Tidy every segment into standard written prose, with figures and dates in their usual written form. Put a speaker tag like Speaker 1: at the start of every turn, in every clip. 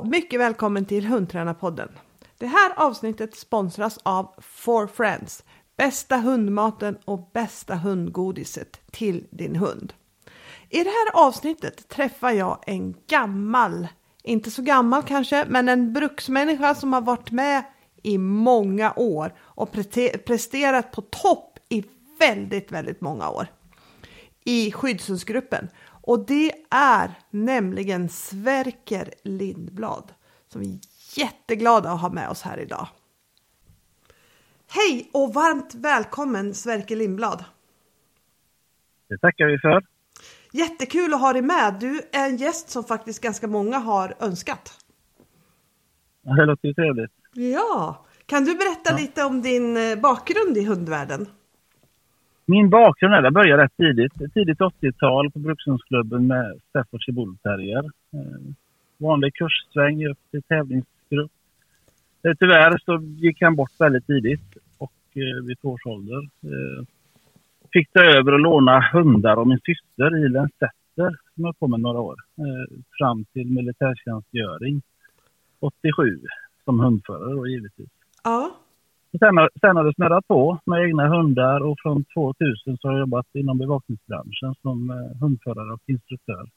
Speaker 1: mycket välkommen till Hundtränarpodden. Det här avsnittet sponsras av For Friends. Bästa hundmaten och bästa hundgodiset till din hund. I det här avsnittet träffar jag en gammal, inte så gammal kanske, men en bruksmänniska som har varit med i många år och presterat på topp i väldigt, väldigt många år i skyddshundsgruppen. Och det är nämligen Sverker Lindblad som vi är jätteglada att ha med oss här idag. Hej och varmt välkommen Sverker Lindblad.
Speaker 2: Det tackar vi för.
Speaker 1: Jättekul att ha dig med. Du är en gäst som faktiskt ganska många har önskat.
Speaker 2: Ja, det låter ju trevligt.
Speaker 1: Ja, kan du berätta lite om din bakgrund i hundvärlden?
Speaker 2: Min bakgrund är, det började rätt tidigt 80-tal på Brukshundsklubben med Staffordshire Bull Terrier. Vanlig kurssväng upp till tävlingsgrupp. Tyvärr så gick han bort väldigt tidigt och vid 2 års ålder. Fick ta över och låna hundar och min syster Ilen Setter som jag på med några år. Fram till militärtjänstgöring 87 som hundförare och givetvis.
Speaker 1: Ja.
Speaker 2: Sen har det snurrat på med egna hundar och från 2000 så har jag jobbat inom bevakningsbranschen som hundförare och instruktör.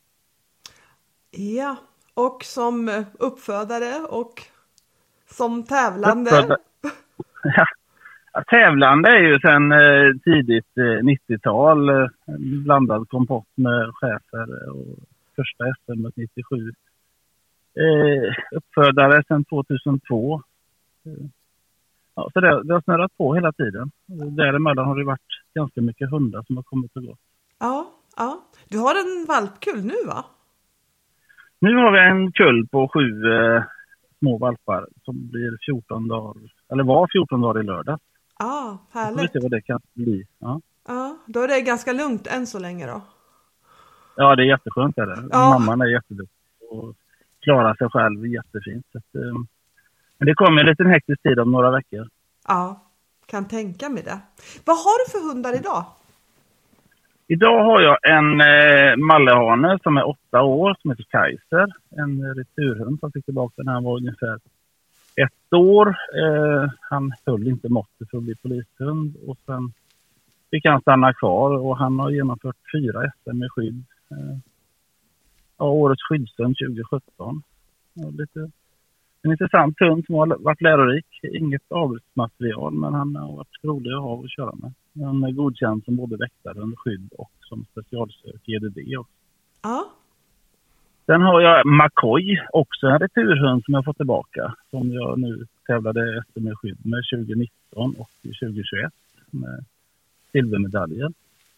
Speaker 1: Ja, och som uppfödare och som tävlande.
Speaker 2: Ja, tävlande är ju sen tidigt 90-tal blandad kompott med chefer och första SM 97. Uppfödare sen 2002. Ja, så det har snurrat på hela tiden. Däremellan har det varit ganska mycket hundar som har kommit och gått.
Speaker 1: Ja. Du har en valpkull nu va?
Speaker 2: Nu har vi en kull på 7 små valpar som blir 14 dagar, eller var 14 dagar i lördag.
Speaker 1: Ja, härligt.
Speaker 2: Vi får se vad det kan bli. Ja,
Speaker 1: då är det ganska lugnt än så länge då.
Speaker 2: Ja, det är jätteskönt är det.
Speaker 1: Ja.
Speaker 2: Mamman är jätteduktig och klarar sig själv jättefint. Så att, men det kommer en liten hektisk tid om några veckor.
Speaker 1: Ja, kan tänka mig det. Vad har du för hundar idag?
Speaker 2: Idag har jag en mallehane som är 8 år som heter Kaiser. En returhund som fick tillbaka när han var ungefär 1 år. Han höll inte måttet för att bli polishund och sen fick han stanna kvar och han har genomfört 4 SM med skydd. Årets skyddshund 2017. En intressant hund som har varit lärorik. Inget avelsmaterial men han har varit rolig att ha och köra med. Han är godkänd som både väktare, skydd och som specialsök EDD också.
Speaker 1: Ja.
Speaker 2: Sen har jag McCoy, också en returhund som jag fått tillbaka. Som jag nu tävlade efter med skydd med 2019 och 2021 med silvermedaljer.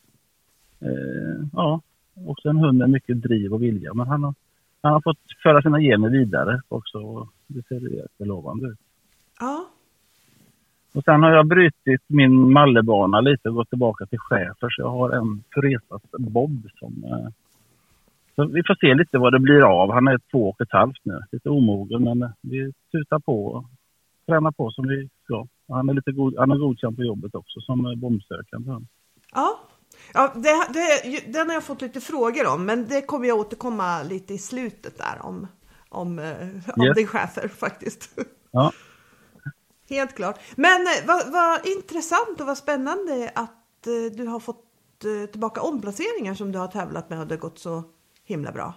Speaker 2: Också en hund med mycket driv och vilja. Men han har fått föra sina gener vidare också och det ser jättelovande ut.
Speaker 1: Ja.
Speaker 2: Och sen har jag brutit min mallebana lite och gått tillbaka till chefer. Så jag har en Furesas Bob som... Så vi får se lite vad det blir av. Han är 2,5 nu. Lite omogen men vi tutar på och tränar på som vi ska. Han är godkänd på jobbet också som bombsökande.
Speaker 1: Ja, den har jag fått lite frågor om. Men det kommer jag återkomma lite i slutet där om din chefer faktiskt.
Speaker 2: Ja.
Speaker 1: Helt klart. Men vad intressant och vad spännande att du har fått tillbaka omplaceringar som du har tävlat med och det har gått så himla bra.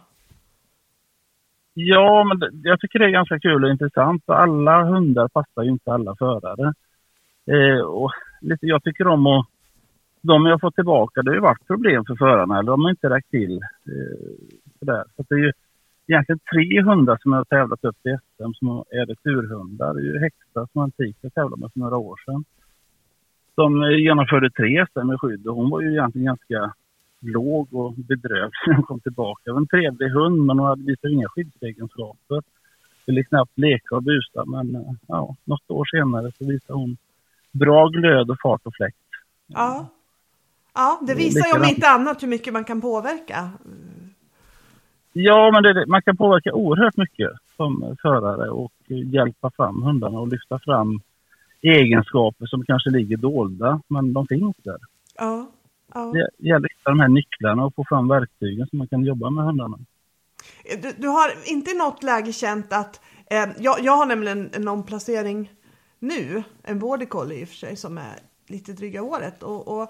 Speaker 2: Ja, men jag tycker det är ganska kul och intressant. Alla hundar passar ju inte alla förare. Och lite, jag tycker om att de jag har fått tillbaka, det har ju varit problem för förarna. Eller de har inte räckt till. Sådär. Så det är ju egentligen 3 hundar som jag har tävlat upp i SM som är returhundar. Det är ju Hexa som Antik jag tävlade med för några år sedan. De genomförde 3 SM med skydd och hon var ju egentligen ganska låg och bedrövd när hon kom tillbaka. Det var en trevlig hund men hon hade visat inga skyddsegenskaper. Ville knappt leka och busa men något år senare så visade hon bra glöd och fart och fläkt.
Speaker 1: Ja, det visar ju om inte annat hur mycket man kan påverka.
Speaker 2: Ja, men man kan påverka oerhört mycket som förare och hjälpa fram hundarna och lyfta fram egenskaper som kanske ligger dolda, men de finns där.
Speaker 1: Ja.
Speaker 2: Det gäller att hitta de här nycklarna och få fram verktygen som man kan jobba med hundarna.
Speaker 1: Du har inte i något läge känt att jag har nämligen en omplacering nu, en border collie i och för sig som är lite dryga året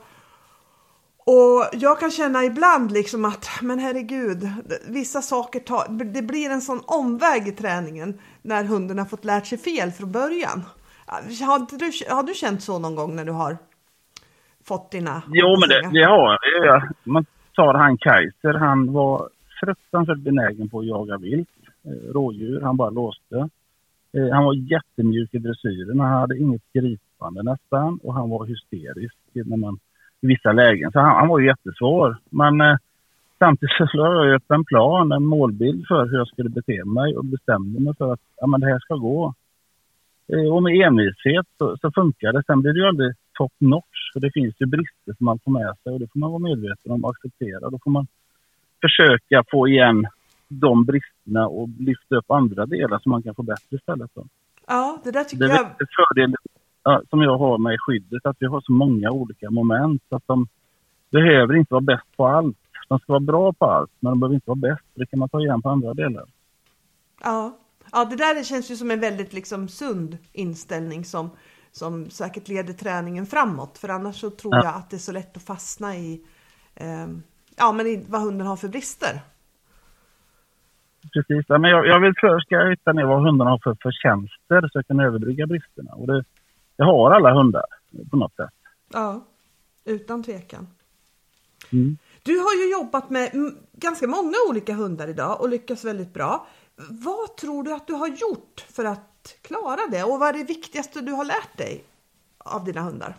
Speaker 1: och jag kan känna ibland liksom att men herregud, vissa saker det blir en sån omväg i träningen när hunden har fått lärt sig fel från början. Har du känt så någon gång när du har fått dina...
Speaker 2: Jo, men det har jag. Man tar han Kaiser, han var fruktansvärt benägen på att jaga vilt, rådjur, han bara låste. Han var jättemjuk i dressyren, han hade inget gripande nästan och han var hysterisk i vissa lägen. Så han var ju jättesvår. Men samtidigt så slår jag upp en plan, en målbild för hur jag skulle bete mig och bestämde mig för att men det här ska gå. Och med envishet så funkar det. Sen blir det ju aldrig top notch, för det finns ju brister som man får med sig och det får man vara medveten om och acceptera. Då får man försöka få igen de bristerna och lyfta upp andra delar som man kan få bättre istället.
Speaker 1: Ja, det där tycker
Speaker 2: jag... Det är en fördel som jag har med skyddet, att vi har så många olika moment så att de behöver inte vara bäst på allt. De ska vara bra på allt, men de behöver inte vara bäst. Det kan man ta igen på andra delar.
Speaker 1: Ja, det där känns ju som en väldigt liksom sund inställning som säkert leder träningen framåt. För annars så tror jag att det är så lätt att fastna i vad hunden har för brister.
Speaker 2: Precis, men jag vill först hitta ner vad hundarna har för förtjänster så jag kan överbrygga bristerna. Och det har alla hundar på något sätt.
Speaker 1: Ja, utan tvekan.
Speaker 2: Mm.
Speaker 1: Du har ju jobbat med ganska många olika hundar idag och lyckats väldigt bra. Vad tror du att du har gjort för att klara det? Och vad är det viktigaste du har lärt dig av dina hundar?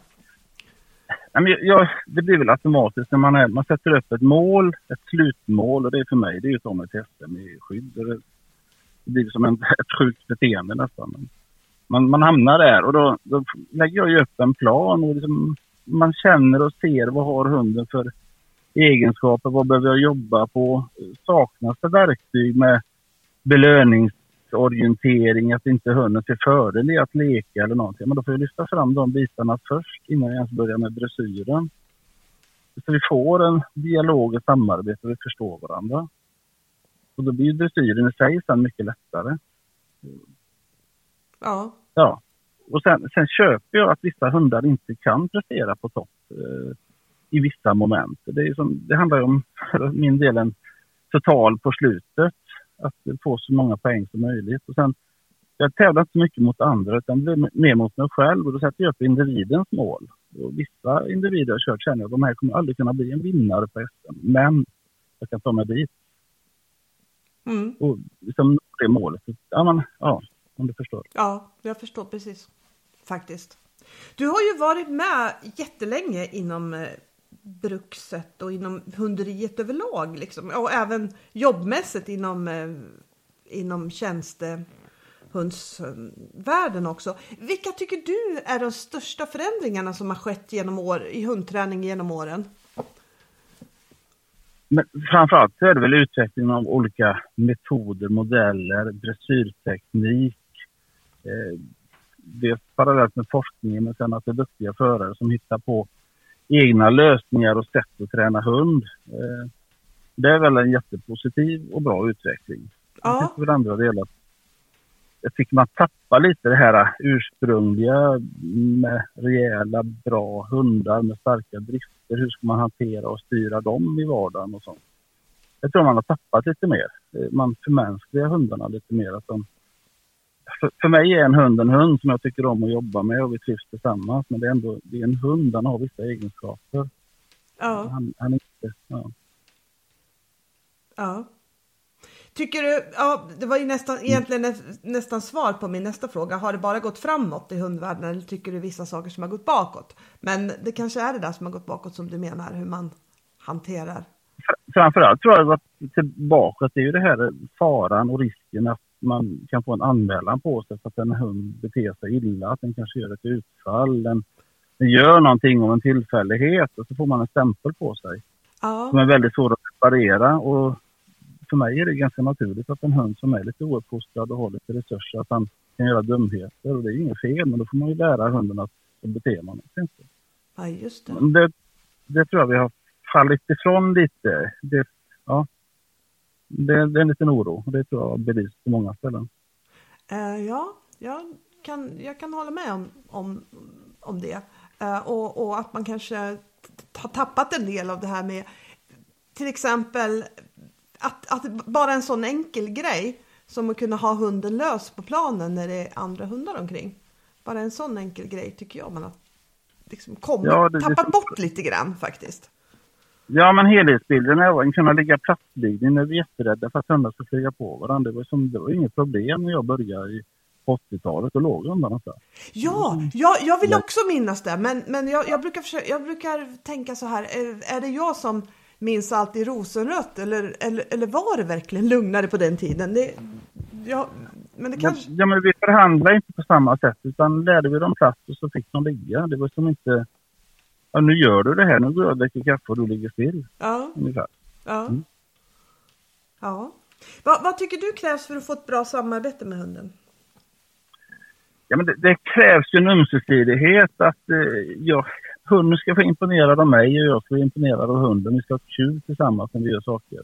Speaker 2: Det blir väl automatiskt när man sätter upp ett mål, ett slutmål, och det är för mig, det är ju som ett SM i skydd. Det blir som ett sjukt beteende nästan. Man hamnar där och då lägger jag ju upp en plan och liksom, man känner och ser vad har hunden för egenskaper, vad behöver jag jobba på, saknas det verktyg med belöningsorientering, att inte hunden ser fördel i att leka eller någonting. Men då får jag lyfta fram de bitarna först innan jag ens börjar med dressyren. Så vi får en dialog och samarbete och vi förstår varandra. Och då blir dressyren i sig sen mycket lättare. Ja. Och sen köper jag att vissa hundar inte kan prestera på topp i vissa moment. Det handlar ju om, för min del, en total på slutet. Att få så många poäng som möjligt. Och sen, jag tävlar inte så mycket mot andra utan blir mer mot mig själv. Och då sätter jag upp individens mål. Och vissa individer jag kört känner att de här kommer aldrig kunna bli en vinnare på SM. Men jag kan ta mig dit.
Speaker 1: Mm.
Speaker 2: Och liksom det målet. Ja, om du förstår.
Speaker 1: Ja, jag förstår precis. Faktiskt. Du har ju varit med jättelänge inom brukssätt och inom hunderiet överlag liksom. Och även jobbmässigt inom tjänstehundsvärlden också. Vilka tycker du är de största förändringarna som har skett i hundträning genom åren?
Speaker 2: Men framförallt så är det väl utvecklingen av olika metoder, modeller, dressyrteknik. Det är parallellt med forskningen, men sen att det är duktiga förare som hittar på egna lösningar och sätt att träna hund. Det är väl en jättepositiv och bra utveckling.
Speaker 1: Ja.
Speaker 2: Det andra delar. Jag tycker man tappar lite det här ursprungliga med rejäla, bra hundar med starka drifter. Hur ska man hantera och styra dem i vardagen och sånt. Jag tror man har tappat lite mer. Man förmänskligar hundarna lite mer. Att för mig är en hund som jag tycker om att jobba med och vi trivs tillsammans. Men det är en hund, han har vissa egenskaper.
Speaker 1: Ja.
Speaker 2: Han är inte... Ja.
Speaker 1: Ja. Tycker du, det var ju nästan svar på min nästa fråga. Har det bara gått framåt i hundvärlden eller tycker du vissa saker som har gått bakåt? Men det kanske är det där som har gått bakåt som du menar, hur man hanterar.
Speaker 2: Framförallt tror jag att tillbaka det är ju det här faran och risken att man kan få en anmälan på sig för att en hund beter sig illa, att den kanske gör ett utfall, den gör någonting om en tillfällighet och så får man en stämpel på sig.
Speaker 1: Ja.
Speaker 2: Som är väldigt svår att reparera, och för mig är det ganska naturligt att en hund som är lite ouppfostrad och har lite resurser att han kan göra dumheter, och det är inget fel, men då får man ju lära hunden att bete man sig.
Speaker 1: Ja, just det.
Speaker 2: Det tror jag vi har fallit ifrån lite. det är en liten oro. Och det tror jag bevis på många ställen.
Speaker 1: Ja, jag kan hålla med om det. Och att man kanske har tappat en del av det här med till exempel att bara en sån enkel grej som att kunna ha hunden lös på planen när det är andra hundar omkring. Bara en sån enkel grej tycker jag man har liksom tappat bort lite grann faktiskt.
Speaker 2: Ja, men helhetsbilden är att kunna ligga platsligning när vi är jätterädda för att hundar ska flyga på varandra. Det var inget problem när jag började i 80-talet och låg hundarna där.
Speaker 1: Ja, jag vill också minnas det. Men jag brukar tänka så här. Är det jag som minns allt i rosenrött? Eller var det verkligen lugnare på den tiden? Men
Speaker 2: vi förhandlade inte på samma sätt. Utan lärde vi dem plats och så fick de ligga. Det var som inte... Ja, nu gör du det här. Nu går jag och dricker kaffe och du ligger still.
Speaker 1: Ja.
Speaker 2: Ungefär.
Speaker 1: Ja. Mm. Ja. Vad tycker du krävs för att få ett bra samarbete med hunden?
Speaker 2: Ja, men det krävs ju en ömsesidighet att hunden ska få imponerad av mig och jag ska få imponerad av hunden. Vi ska ha kul tillsammans när vi gör saker.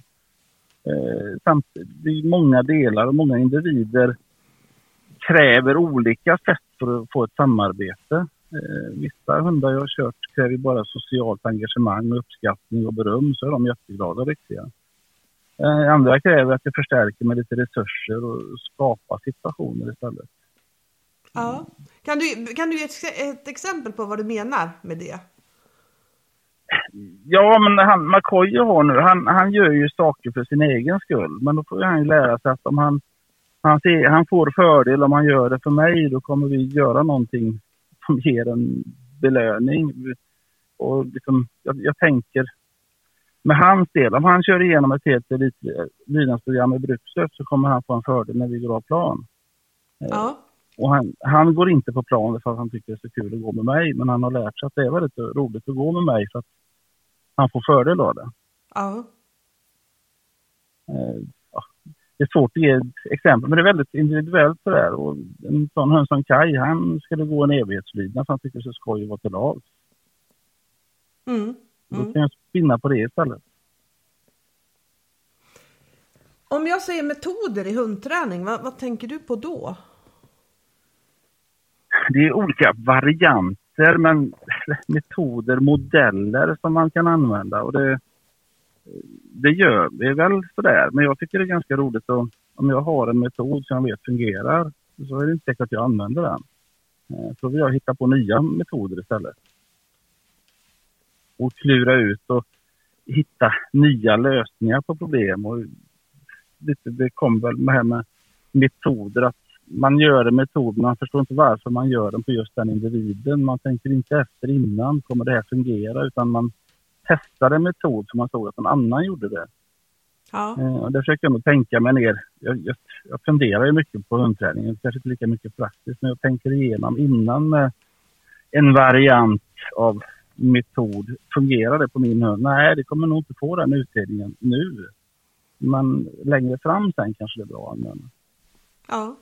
Speaker 2: Det är många delar och många individer kräver olika sätt för att få ett samarbete. Vissa hundar jag har kört kräver bara socialt engagemang och uppskattning och beröm, så är de jätteglada och riktiga. Andra kräver att det förstärker med lite resurser och skapa situationer istället.
Speaker 1: Ja. Kan du ge ett exempel på vad du menar med det?
Speaker 2: Ja, men McCoy har nu, han gör ju saker för sin egen skull. Men då får han ju lära sig att om han får fördel om han gör det för mig, då kommer vi göra någonting som ger en belöning. Och liksom, jag tänker med hans del, om han kör igenom ett helt lydnadsprogram i Bruksöt så kommer han få en fördel när vi går av plan.
Speaker 1: Ja.
Speaker 2: Och han går inte på plan för att han tycker det är så kul att gå med mig. Men han har lärt sig att det är väldigt roligt att gå med mig för att han får fördel av det.
Speaker 1: Ja.
Speaker 2: Det är svårt att ge ett exempel, men det är väldigt individuellt så där. Och en sån hund som Kai, han skulle gå en evighetslydnad för han tycker det är så skoj att vara till lag. Då kan jag spinna på det istället.
Speaker 1: Om jag säger metoder i hundträning, vad tänker du på då?
Speaker 2: Det är olika varianter, men metoder, modeller som man kan använda. Och det gör vi väl sådär. Men jag tycker det är ganska roligt att om jag har en metod som jag vet fungerar, så är det inte säkert att jag använder den. Så vill jag hitta på nya metoder istället. Och klura ut och hitta nya lösningar på problem. Och det kommer väl med här med metoder, att man gör en metod, man förstår inte varför man gör den på just den individen. Man tänker inte efter innan, kommer det här fungera? Utan man testar en metod som man såg att en annan gjorde det.
Speaker 1: Ja.
Speaker 2: Och det försöker jag nog tänka mig ner. Jag funderar ju mycket på hundträningen, kanske inte lika mycket praktiskt, men jag tänker igenom innan med en variant av metod. Fungerar det på min hund? Nej, det kommer nog inte få den utredningen nu. Men längre fram sen kanske det är bra att använda.
Speaker 1: Ja.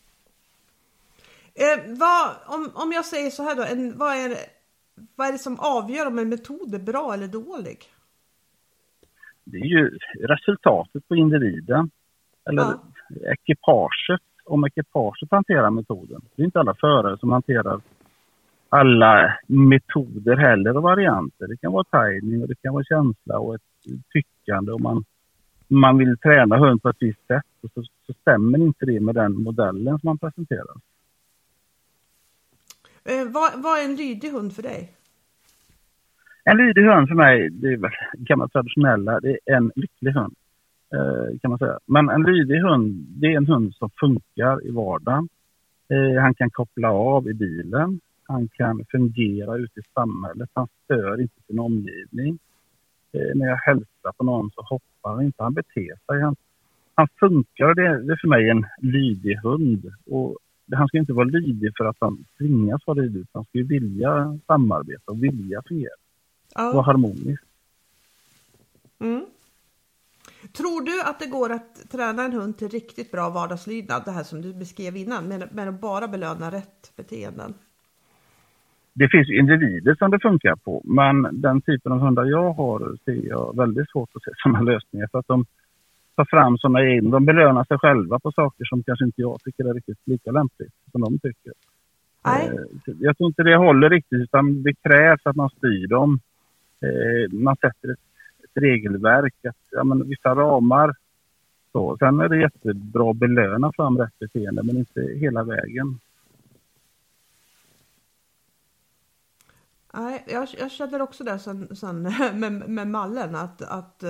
Speaker 1: Om jag säger så här då, vad är det som avgör om en metod är bra eller dålig?
Speaker 2: Det är ju resultatet på individen. Eller ekipaget. Om ekipaget hanterar metoden. Det är inte alla förare som hanterar alla metoder heller och varianter. Det kan vara timing och det kan vara känsla och ett tyckande. Och man vill träna hund på ett visst sätt. Och så stämmer inte det med den modellen som man presenterar.
Speaker 1: Vad är en lydig hund för dig?
Speaker 2: En lydig hund för mig, det är väl gamla traditionella, det är en lycklig hund kan man säga. Men en lydig hund, det är en hund som funkar i vardagen. Han kan koppla av i bilen, han kan fungera ute i samhället, han stör inte sin omgivning. När jag hälsar på någon så hoppar han inte, han beter sig. Han funkar, det är för mig en lydig hund. Och han ska inte vara lydig för att han tvingas vara lydig. Han ska ju vilja samarbeta och vilja fungera.
Speaker 1: Ja.
Speaker 2: Vara harmonisk.
Speaker 1: Mm. Tror du att det går att träna en hund till riktigt bra vardagslydnad? Det här som du beskrev innan, med att bara belöna rätt beteenden.
Speaker 2: Det finns ju individer som det funkar på. Men den typen av hundar jag har ser jag väldigt svårt att se sådana lösningar. För att ta fram sådana egna. De belönar sig själva på saker som kanske inte jag tycker är riktigt lika lämpligt som de tycker. Jag tror inte det håller riktigt, utan det krävs att man styr dem. Man sätter ett regelverk, vissa ramar. Så. Sen är det jättebra att belöna fram rätt beteende, men inte hela vägen.
Speaker 1: Nej, jag känner också det sen med mallen att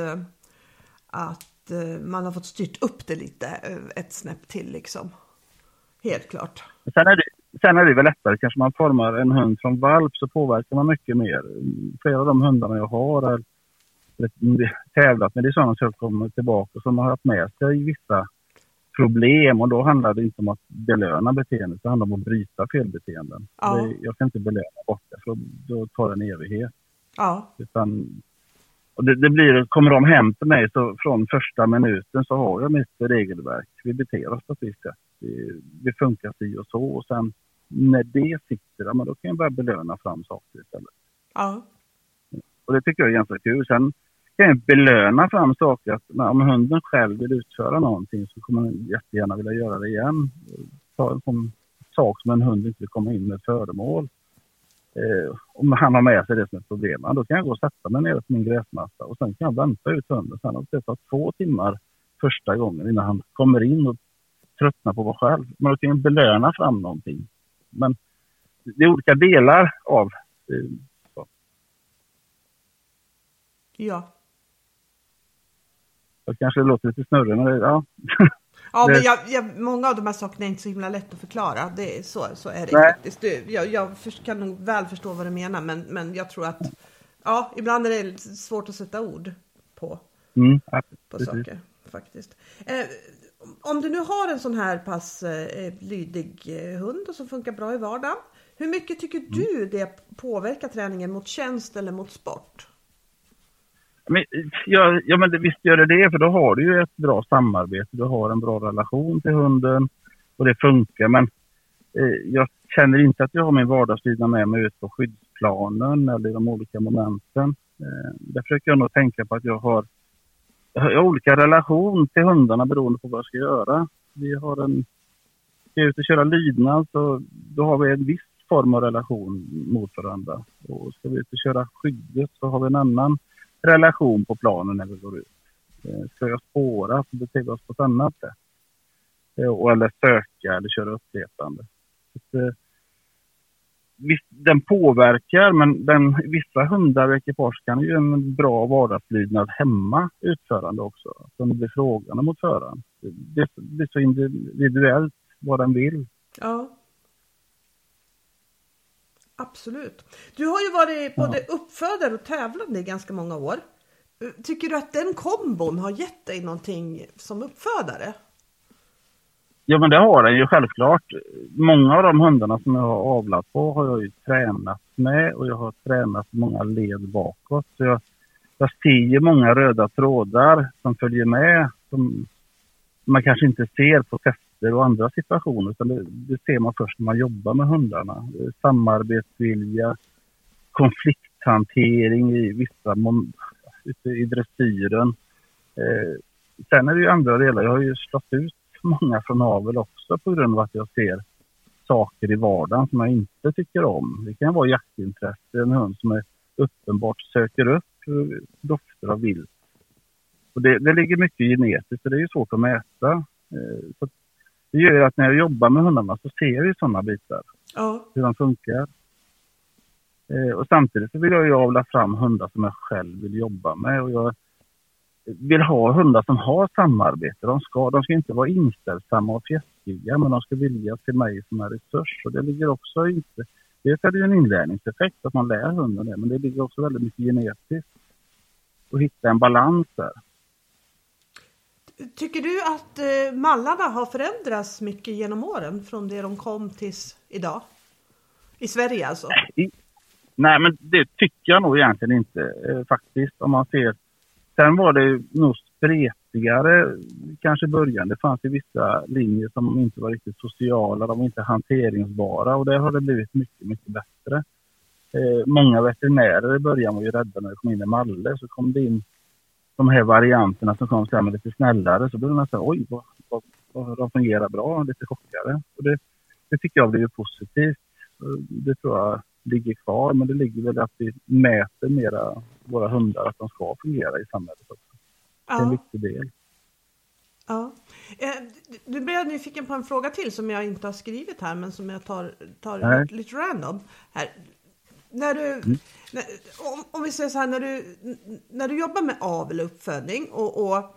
Speaker 1: man har fått styrt upp det lite ett snäpp till liksom. Helt klart.
Speaker 2: Sen är det väl lättare, kanske man formar en hund från valp så påverkar man mycket mer. Flera av de hundarna jag har tävlat med, det är sådana som kommer tillbaka som har haft med sig vissa problem, och då handlar det inte om att belöna beteendet, det handlar om att bryta felbeteenden. Ja. Jag kan inte belöna bort det, för då tar det en evighet. Ja. Och det blir, kommer de hem till mig så från första minuten så har jag mitt regelverk. Vi beter oss på ett visst sätt. Vi funkar si och så, och sen när det sitter, då kan jag börja belöna fram saker istället. Ja. Och det tycker jag är ganska kul. Sen kan jag belöna fram saker att om hunden själv vill utföra någonting så kommer den jättegärna vilja göra det igen. Ta en sån sak som en hund inte vill komma in med föremål. Om han har med sig det som ett problem, då kan jag gå och sätta mig ner på min gräsmatta och sen kan jag vänta ut hunden. Sen har det tagit 2 timmar första gången innan han kommer in och tröttnar på att vara själv. Men då kan jag belöna fram någonting. Men det är olika delar av så.
Speaker 1: Ja.
Speaker 2: Det kanske låter lite snurrig, men ja.
Speaker 1: Ja, men många av de här sakerna är inte så himla lätt att förklara. Det är så är det faktiskt. Jag kan nog väl förstå vad du menar, men jag tror att ibland är det svårt att sätta ord på saker faktiskt. Om du nu har en sån här pass lydig hund och som funkar bra i vardagen, hur mycket tycker du det påverkar träningen mot tjänst eller mot sport?
Speaker 2: Men visst gör det, för då har du ju ett bra samarbete, du har en bra relation till hunden och det funkar. Men jag känner inte att jag har min vardagslydnad med mig ut på skyddsplanen eller i de olika momenten. Där försöker jag nog tänka på att jag har olika relation till hundarna beroende på vad jag ska göra. Ska jag ut och köra lydnad, så då har vi en viss form av relation mot varandra. Och ska vi ut och köra skyddet så har vi en annan relation på planen när vi går ut. Ska jag spåra så beter vi oss på ett annat sätt. Eller söka eller köra upprepande. Visst, den påverkar, men vissa hundar och ekipage kan ju en bra vardagslydnad hemma utförande också. Som det blir frågan mot föraren. Det är så individuellt vad den vill.
Speaker 1: Ja. Absolut. Du har ju varit både uppfödare och tävlande i ganska många år. Tycker du att den kombon har gett dig någonting som uppfödare?
Speaker 2: Ja, men det har den ju självklart. Många av de hundarna som jag har avlat på har jag ju tränat med, och jag har tränat många led bakåt. Så jag ser ju många röda trådar som följer med, som man kanske inte ser på tester och andra situationer, utan det ser man först när man jobbar med hundarna. Samarbetsvilja, konflikthantering i vissa i dressyren. Sen är det ju andra delar. Jag har ju slått ut många från avel också på grund av att jag ser saker i vardagen som jag inte tycker om. Det kan vara jaktintresse, en hund som är uppenbart söker upp dofter av vilt. Och det ligger mycket genetiskt, och det är ju svårt att mäta. Så det gör att när jag jobbar med hundarna så ser jag ju sådana bitar. Hur de funkar. Och samtidigt så vill jag ju avla fram hundar som jag själv vill jobba med. Och jag vill ha hundar som har samarbete. De ska inte vara inställsamma och fjäskiga, men de ska vilja till mig som en resurs. Och det ligger också inte... Det är ju en inlärningseffekt att man lär hunden det, men det ligger också väldigt mycket genetiskt. Och hitta en balans där.
Speaker 1: Tycker du att mallarna har förändrats mycket genom åren från det de kom tills idag? I Sverige alltså?
Speaker 2: Nej, men det tycker jag nog egentligen inte faktiskt. Om man ser. Sen var det nog spretigare kanske i början. Det fanns ju vissa linjer som inte var riktigt sociala. De var inte hanteringsbara, och där har det blivit mycket, mycket bättre. Många veterinärer i början var ju rädda när det kom in en malle. Så kom det in de här varianterna som kom fram lite snällare, så blev det nästan oj, vad de fungerar bra, lite chockade. Och det tycker jag blir positivt. Det tror jag ligger kvar, men det ligger väl att vi mäter mera våra hundar att de ska fungera i samhället också. Det är en viktig del.
Speaker 1: Ja. Du blev nyfiken på en fråga till som jag inte har skrivit här, men som jag tar lite random här. När du, om vi säger så här, när du jobbar med avel och uppfödning och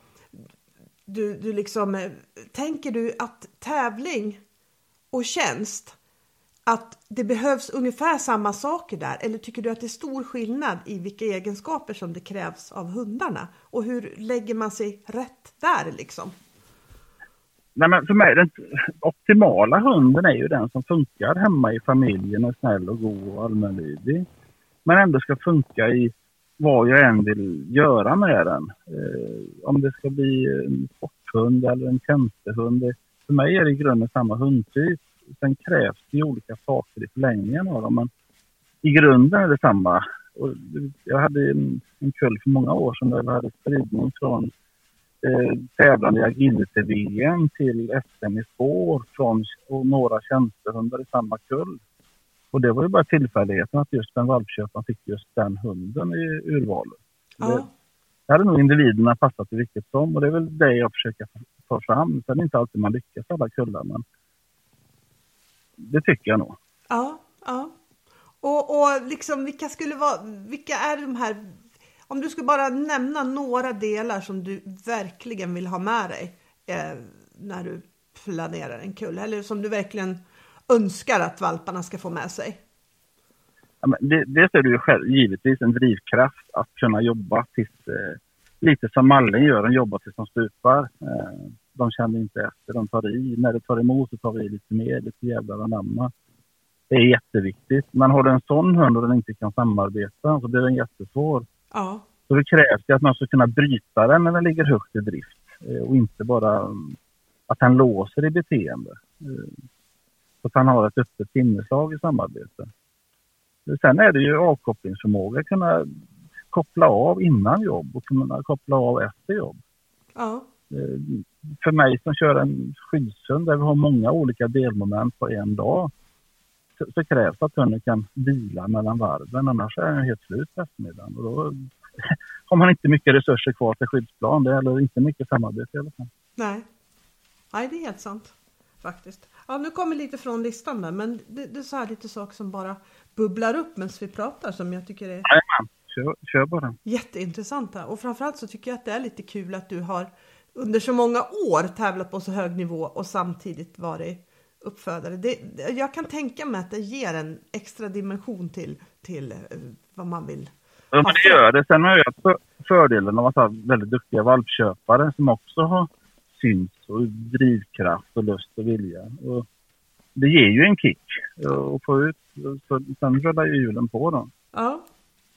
Speaker 1: du liksom, tänker du att tävling och tjänst, att det behövs ungefär samma saker där, eller tycker du att det är stor skillnad i vilka egenskaper som det krävs av hundarna, och hur lägger man sig rätt där liksom?
Speaker 2: Nej, men för mig, den optimala hunden är ju den som funkar hemma i familjen, och snäll och god och allmänlydig, men ändå ska funka i vad jag än vill göra med den. Om det ska bli en sporthund eller en tjänstehund, för mig är det i grunden samma hundtyp. Sen krävs det olika saker i förlängningen av dem, men i grunden är det samma. Och jag hade en kull för många år sedan där jag hade spridning från tävlande i agility-VM till SM i spår och några tjänstehundar i samma kull. Och det var ju bara tillfälligheten att just den valpköparen fick just den hunden i urvalet.
Speaker 1: Ja.
Speaker 2: Det hade nog individerna passat i vilket som, och det är väl det jag försöker ta fram. Sen är det inte alltid man lyckas alla kullar, men det tycker jag nog.
Speaker 1: Ja. Och liksom vilka är de här, om du skulle bara nämna några delar som du verkligen vill ha med dig när du planerar en kull, eller som du verkligen önskar att valparna ska få med sig?
Speaker 2: Ja, men det är det ju själv, givetvis en drivkraft att kunna jobba tills, lite som Malling gör, de jobbar tills de stupar. De känner inte efter, de tar i. När det tar emot så tar vi lite mer, lite jävlar anamma. Det är jätteviktigt. Men har du en sån hund och den inte kan samarbeta, så blir den jättesvår.
Speaker 1: Ja.
Speaker 2: Så det krävs att man ska kunna bryta den när den ligger högt i drift. Och inte bara att han låser i beteende. Så att han har ett öppet sinneslag i samarbete. Sen är det ju avkopplingsförmåga, att kunna koppla av innan jobb och kunna koppla av efter jobb.
Speaker 1: Ja.
Speaker 2: För mig som kör en skyddshund där vi har många olika delmoment på en dag, så krävs att hunden kan vila mellan varven, annars är den helt slut på eftermiddagen. Och då har man inte mycket resurser kvar till skyddsplan, det är eller inte mycket samarbete i alla fall.
Speaker 1: Nej, det är helt sant faktiskt. Ja, nu kommer lite från listan där, men det är så här lite saker som bara bubblar upp medan vi pratar, som jag tycker är
Speaker 2: kör bara.
Speaker 1: Jätteintressanta. Och framförallt så tycker jag att det är lite kul att du har under så många år tävlat på så hög nivå och samtidigt varit uppfödare. Jag kan tänka mig att det ger en extra dimension till vad man vill.
Speaker 2: Ja, men det gör det. Sen har jag fördelen av att ha väldigt duktiga valpköpare som också har syns och drivkraft och lust och vilja. Och det ger ju en kick att få ut. Sen rullar ju hjulen på då.
Speaker 1: Ja.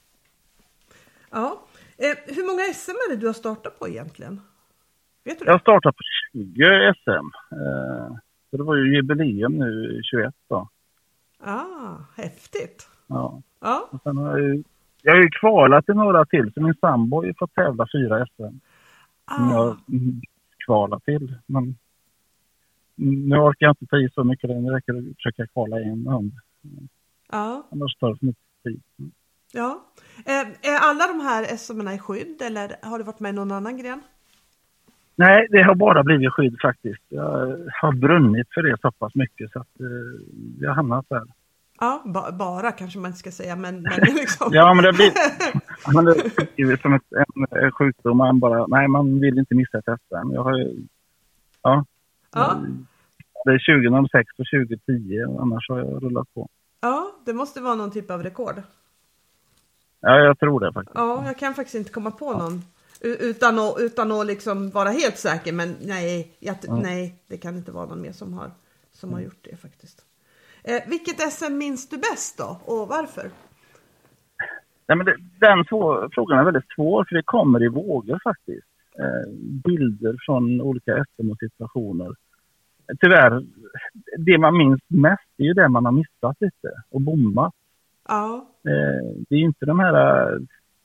Speaker 1: Hur många SM är det du har startat på egentligen? Vet du det?
Speaker 2: Jag har startat på 20 SM. Så det var ju jubileum nu 21 då.
Speaker 1: Häftigt.
Speaker 2: Ja.
Speaker 1: Ja.
Speaker 2: Och sen har jag har ju kvalat till några till, så min sambo har ju fått tävla 4 SM. Som jag kvalat till. Men nu orkar jag inte ta i så mycket, det räcker att försöka kvala en hund.
Speaker 1: Ja.
Speaker 2: Annars tar det för mycket tid.
Speaker 1: Ja. Är alla de här SM-erna i skydd, eller har du varit med i någon annan gren?
Speaker 2: Nej, det har bara blivit skydd faktiskt. Jag har brunnit för det så pass mycket så att jag har hamnat där.
Speaker 1: Ja, bara kanske man inte ska säga, men liksom.
Speaker 2: Ja, men det blir som en sjukdom. Man vill inte missa ett SM. Jag har det är 2006 och 2010, annars har jag rullat på.
Speaker 1: Ja, det måste vara någon typ av rekord.
Speaker 2: Ja, jag tror det faktiskt.
Speaker 1: Ja, jag kan faktiskt inte komma på någon. Utan att liksom vara helt säker, men nej, det kan inte vara någon mer som har gjort det faktiskt. Vilket SM minns du bäst då, och varför?
Speaker 2: Nej, men den frågan är väldigt svår, för det kommer i vågor faktiskt. Bilder från olika SM och situationer. Tyvärr, det man minns mest är ju det man har missat lite och bommat.
Speaker 1: Ja.
Speaker 2: Det är inte de här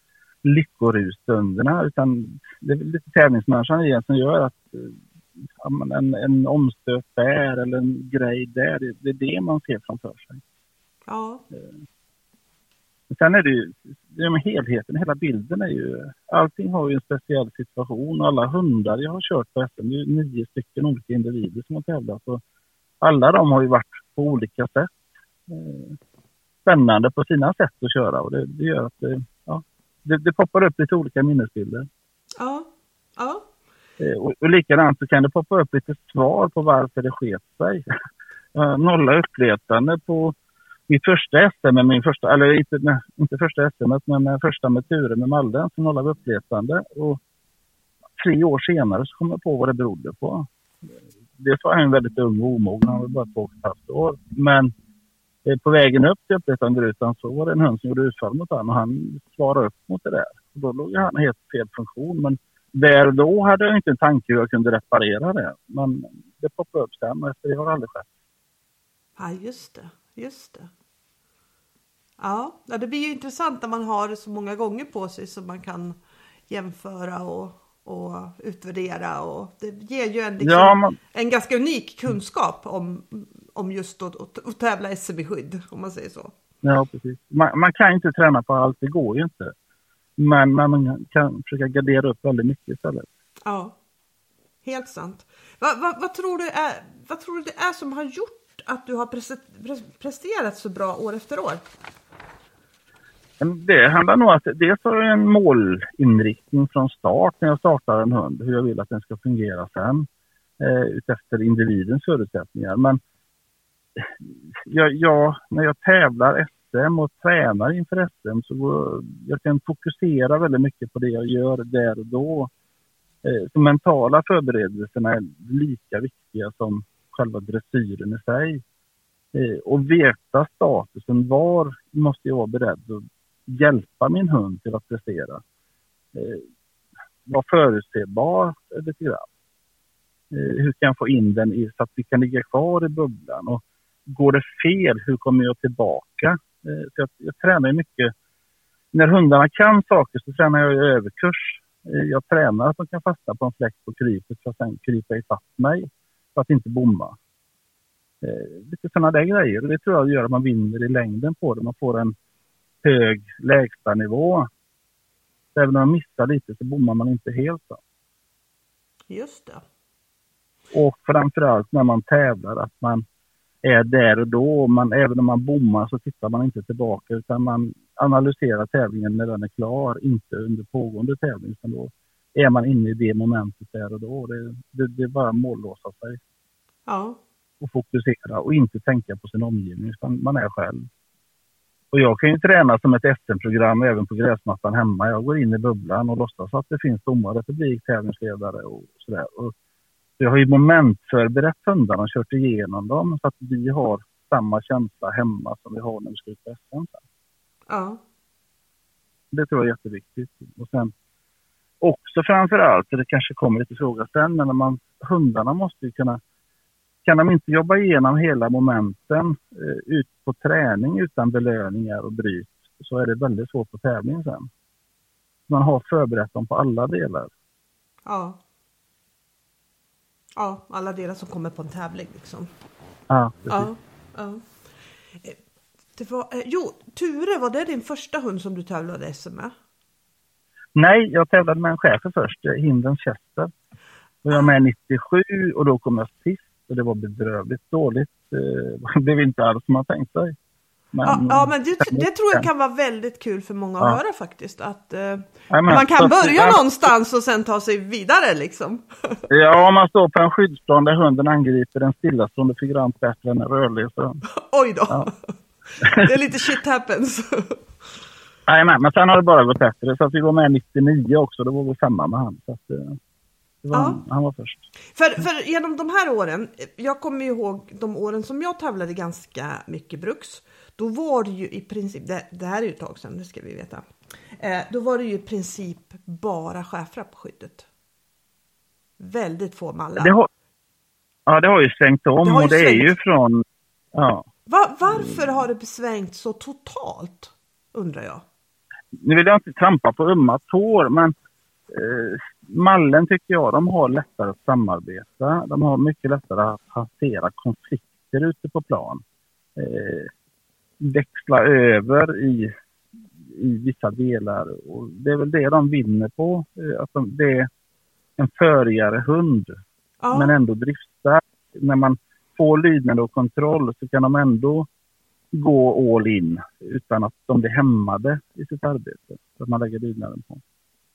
Speaker 2: lyckorustunderna, utan det är lite tävlingsmänniskan igen som gör att en omstöt där eller en grej där, det är det man ser framför sig.
Speaker 1: Ja.
Speaker 2: Sen är det ju med helheten, hela bilden är ju, allting har ju en speciell situation och alla hundar jag har kört på SM, det är ju 9 stycken olika individer som har tävlat och alla de har ju varit på olika sätt spännande på sina sätt att köra och det gör att det poppar upp lite olika minnesbilder.
Speaker 1: Ja. Ja.
Speaker 2: Och likadant så kan det poppa upp lite svar på varför det sket sig. Nolla uppletande på mitt första SM med min första, eller inte första SM men första med turen med Malden, så nollade vi uppletande och 3 år senare så kom jag på vad det berodde på. Det var en väldigt ung och omogen, han var bara 2,5 år, men på vägen upp till uppletanderutan så var det en hund som gjorde utfall mot honom och han svarade upp mot det där. Och då låg han helt fel funktion, men där då hade jag inte en tanke hur jag kunde reparera det. Men det poppade upp sen, men det har aldrig skett.
Speaker 1: Ja, just det. Ja, det blir ju intressant när man har det så många gånger på sig så man kan jämföra och utvärdera. Och det ger ju en ganska unik kunskap om just att tävla SM i skydd, om man säger så.
Speaker 2: Ja, precis. Man kan inte träna på allt, det går ju inte. Men man kan försöka gardera upp väldigt mycket istället.
Speaker 1: Ja, helt sant. Vad tror du det är som har gjort att du har presterat så bra år efter år?
Speaker 2: Det handlar nog att dels har jag en målinriktning från start när jag startar en hund. Hur jag vill att den ska fungera sen. Utefter individens förutsättningar. Men när jag tävlar SM och tränar inför SM så jag kan fokusera väldigt mycket på det jag gör där och då. Så mentala förberedelserna är lika viktiga som själva dressyren i sig. Och veta statusen, var måste jag vara beredd att hjälpa min hund till att prestera. Vara förutsägbar lite grann. Hur kan jag få in den så att vi kan ligga kvar i bubblan? Och går det fel, hur kommer jag tillbaka? Så jag tränar mycket. När hundarna kan saker så tränar jag i överkurs. Jag tränar att de kan fastna på en fläck på krypet för att sen krypa ifatt mig för att inte bomma. Lite sådana där grejer. Och det tror jag gör att man vinner i längden på det. Man får en hög lägsta nivå. Även om man missar lite så bommar man inte helt. Då.
Speaker 1: Just det.
Speaker 2: Och framförallt när man tävlar att man är där och då. Även om man bommar så tittar man inte tillbaka utan man analyserar tävlingen när den är klar. Inte under pågående tävling utan då är man inne i det momentet där och då. Det är bara mållåsa sig.
Speaker 1: Ja.
Speaker 2: Och fokusera och inte tänka på sin omgivning utan man är själv. Och jag kan ju träna som ett SM-program även på gräsmattan hemma. Jag går in i bubblan och låtsas att det finns domare, publik, tävlingsledare och sådär. Och jag har ju momentförberett hundarna och kört igenom dem så att vi har samma känsla hemma som vi har när vi ska ut på SM.
Speaker 1: Ja. Det
Speaker 2: tror jag är jätteviktigt. Och sen också framförallt, det kanske kommer lite fråga sen, men hundarna måste ju kan de inte jobba igenom hela momenten ut på träning utan belöningar och bryt så är det väldigt svårt på tävling sen. Man har förberett dem på alla delar.
Speaker 1: Ja. Ja, alla delar som kommer på en tävling liksom.
Speaker 2: Ja, precis.
Speaker 1: Ja. Det var, Ture, var det din första hund som du tävlade SM med?
Speaker 2: Nej, jag tävlade med en chef först, Hindens Chester. Och jag med 97 och då kom jag sist. Och det var bedrövligt dåligt. Det blev inte alls som man tänkt sig. Men
Speaker 1: det tror jag kan vara väldigt kul för många att höra faktiskt. Att man kan börja någonstans och sen ta sig vidare liksom.
Speaker 2: Ja, om man står på en skyddsplan där hunden angriper en stillastående figurant bättre än en rörlig. Så.
Speaker 1: Oj då. Ja. Det är lite shit happens.
Speaker 2: Nej, men sen har det bara gått bättre. Så att vi går med 99 också. Då var vi 5 med han. Så att, han var först.
Speaker 1: För genom de här åren, jag kommer ihåg de åren som jag tävlade ganska mycket bruks. Då var det ju i princip, det här är ju ett tag sedan, det ska vi veta. Då var det ju i princip bara schäfrar på skyddet. Väldigt få mallar.
Speaker 2: Det har ju svängt om och det är ju från... Ja.
Speaker 1: Varför har det svängt så totalt, undrar jag?
Speaker 2: nu vill jag inte trampa på ömma tår, men mallen tycker jag, de har lättare att samarbeta. De har mycket lättare att hantera konflikter ute på plan. Växla över i vissa delar. Och det är väl det de vinner på. Att det är en förigare hund, men ändå driftstark. När man får lydnad och kontroll så kan de ändå gå all in utan att de blir hämmade i sitt arbete. Så att man lägger lydnaden på.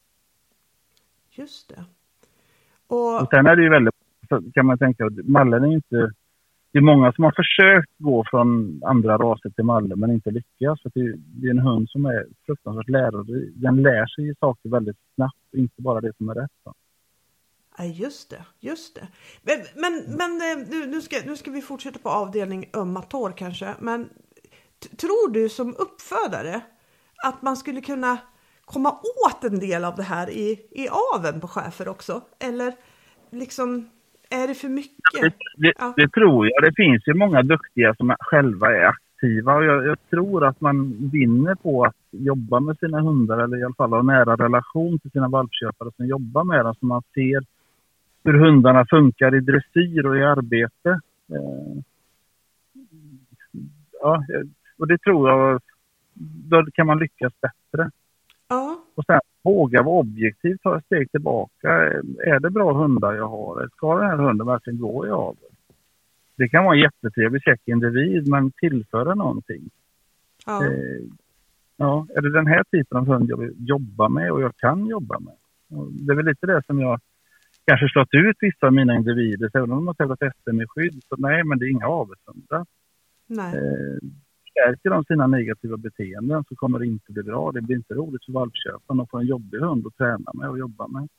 Speaker 1: Just det.
Speaker 2: Och sen är det ju väldigt, kan man tänka, att mallen är inte, det är många som har försökt gå från andra raser till mallen men inte lyckas. För det är en hund som är fruktansvärt lärare. Den lär sig saker väldigt snabbt, inte bara det som är rätt.
Speaker 1: Ja, just det. Men nu ska vi fortsätta på avdelning ömma tår kanske. Men tror du som uppfödare att man skulle kunna komma åt en del av det här i aveln på schäfer också? Eller liksom, är det för mycket?
Speaker 2: Det tror jag. Det finns ju många duktiga som själva är aktiva. Och jag tror att man vinner på att jobba med sina hundar, eller i alla fall ha nära relation till sina valpköpare som jobbar med dem, så man ser hur hundarna funkar i dressyr och i arbete. Ja, och det tror jag, då kan man lyckas bättre.
Speaker 1: Ja.
Speaker 2: Och sen våga vara objektiv, ta ett steg tillbaka. Är det bra hundar jag har? Ska den här hunden verkligen gå i avel? Det kan vara en jättetrevlig check individ, men tillföra någonting.
Speaker 1: Ja.
Speaker 2: Är det den här typen av hund jag vill jobba med och jag kan jobba med? Och det är väl lite det som jag kanske slått ut vissa av mina individer, även om de har tävlat SM i skydd. Så nej, men det är inga avelshundar.
Speaker 1: Nej.
Speaker 2: Stärker de sina negativa beteenden så kommer det inte bli bra. Det blir inte roligt för valpköparen att få en jobbig hund att träna med och jobba med.